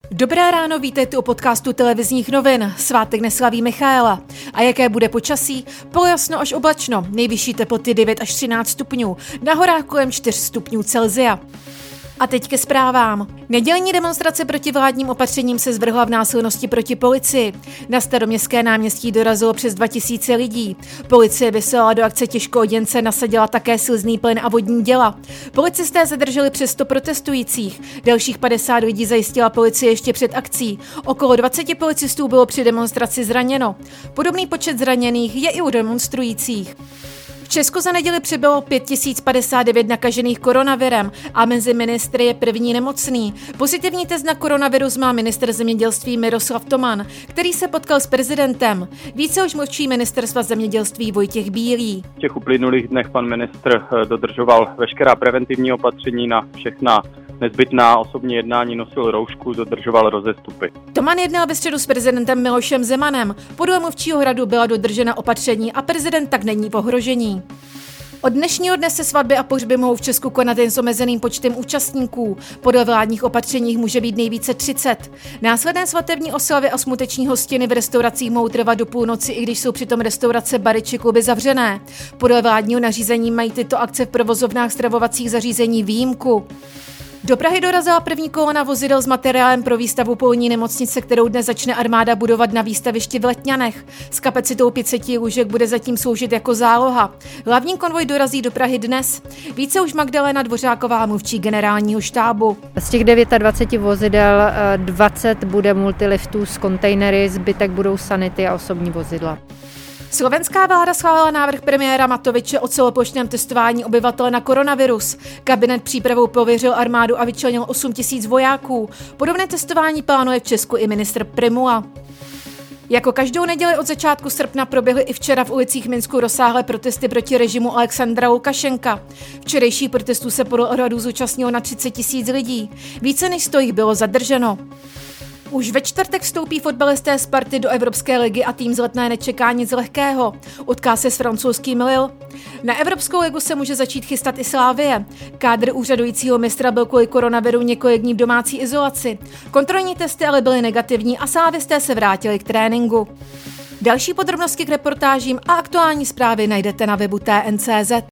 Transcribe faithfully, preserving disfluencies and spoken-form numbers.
Dobré ráno, vítejte u podcastu televizních novin. Svátek neslaví Michaela. A jaké bude počasí? Polojasno až oblačno, nejvyšší teploty devět až třináct stupňů, na horách kolem čtyři stupňů Celsia. A teď ke zprávám. Nedělní demonstrace proti vládním opatřením se zvrhla v násilnosti proti policii. Na Staroměstské náměstí dorazilo přes dva tisíce lidí. Policie vyslala do akce těžkooděnce, nasadila také slzný plyn a vodní děla. Policisté zadrželi přes sto protestujících. Dalších padesát lidí zajistila policie ještě před akcí. Okolo dvacet policistů bylo při demonstraci zraněno. Podobný počet zraněných je i u demonstrujících. V Česku za neděli přibylo pět tisíc padesát devět nakažených koronavirem a mezi ministry je první nemocný. Pozitivní test na koronavirus má ministr zemědělství Miroslav Toman, který se potkal s prezidentem. Více už mluvčí ministerstva zemědělství Vojtěch Bílý. V těch uplynulých dnech pan ministr dodržoval veškerá preventivní opatření na všechna nezbytná osobní jednání, nosil roušku, dodržoval rozestupy. Toman jednal ve středu s prezidentem Milošem Zemanem. Podle mluvčího hradu byla dodržena opatření a prezident tak není v ohrožení. Od dnešního dne se svatby a pohřby mohou v Česku konat jen s omezeným počtem účastníků. Podle vládních opatření může být nejvíce třicet. Následné svatební oslavy a smuteční hostiny v restauracích mohou trvat do půlnoci, i když jsou přitom restaurace, bary či kluby zavřené. Podle vládního nařízení mají tyto akce v provozovnách stravovacích zařízení výjimku. Do Prahy dorazila první kolona vozidel s materiálem pro výstavu polní nemocnice, kterou dnes začne armáda budovat na výstavišti v Letňanech. S kapacitou pět set lůžek bude zatím sloužit jako záloha. Hlavní konvoj dorazí do Prahy dnes. Více už Magdalena Dvořáková, mluvčí generálního štábu. Z těch dvacet devět vozidel dvacet bude multiliftů s kontejnery, zbytek budou sanity a osobní vozidla. Slovenská vláda schválila návrh premiéra Matoviče o celoplošném testování obyvatel na koronavirus. Kabinet přípravou pověřil armádu a vyčlenil osm tisíc vojáků. Podobné testování plánuje v Česku i ministr Prymula. Jako každou neděli od začátku srpna proběhly i včera v ulicích Minsku rozsáhlé protesty proti režimu Alexandra Lukašenka. Včerejší protestů se podle odhadů zúčastnilo na třicet tisíc lidí. Více než sto jich bylo zadrženo. Už ve čtvrtek vstoupí fotbalisté Sparty do Evropské ligy a tým z Letné nečeká nic lehkého. Utká se s francouzským Lille. Na Evropskou ligu se může začít chystat i Slavie. Kádr úřadujícího mistra byl kvůli koronaviru několik dní v domácí izolaci. Kontrolní testy ale byly negativní a slavisté se vrátili k tréninku. Další podrobnosti k reportážím a aktuální zprávy najdete na webu T N C Z.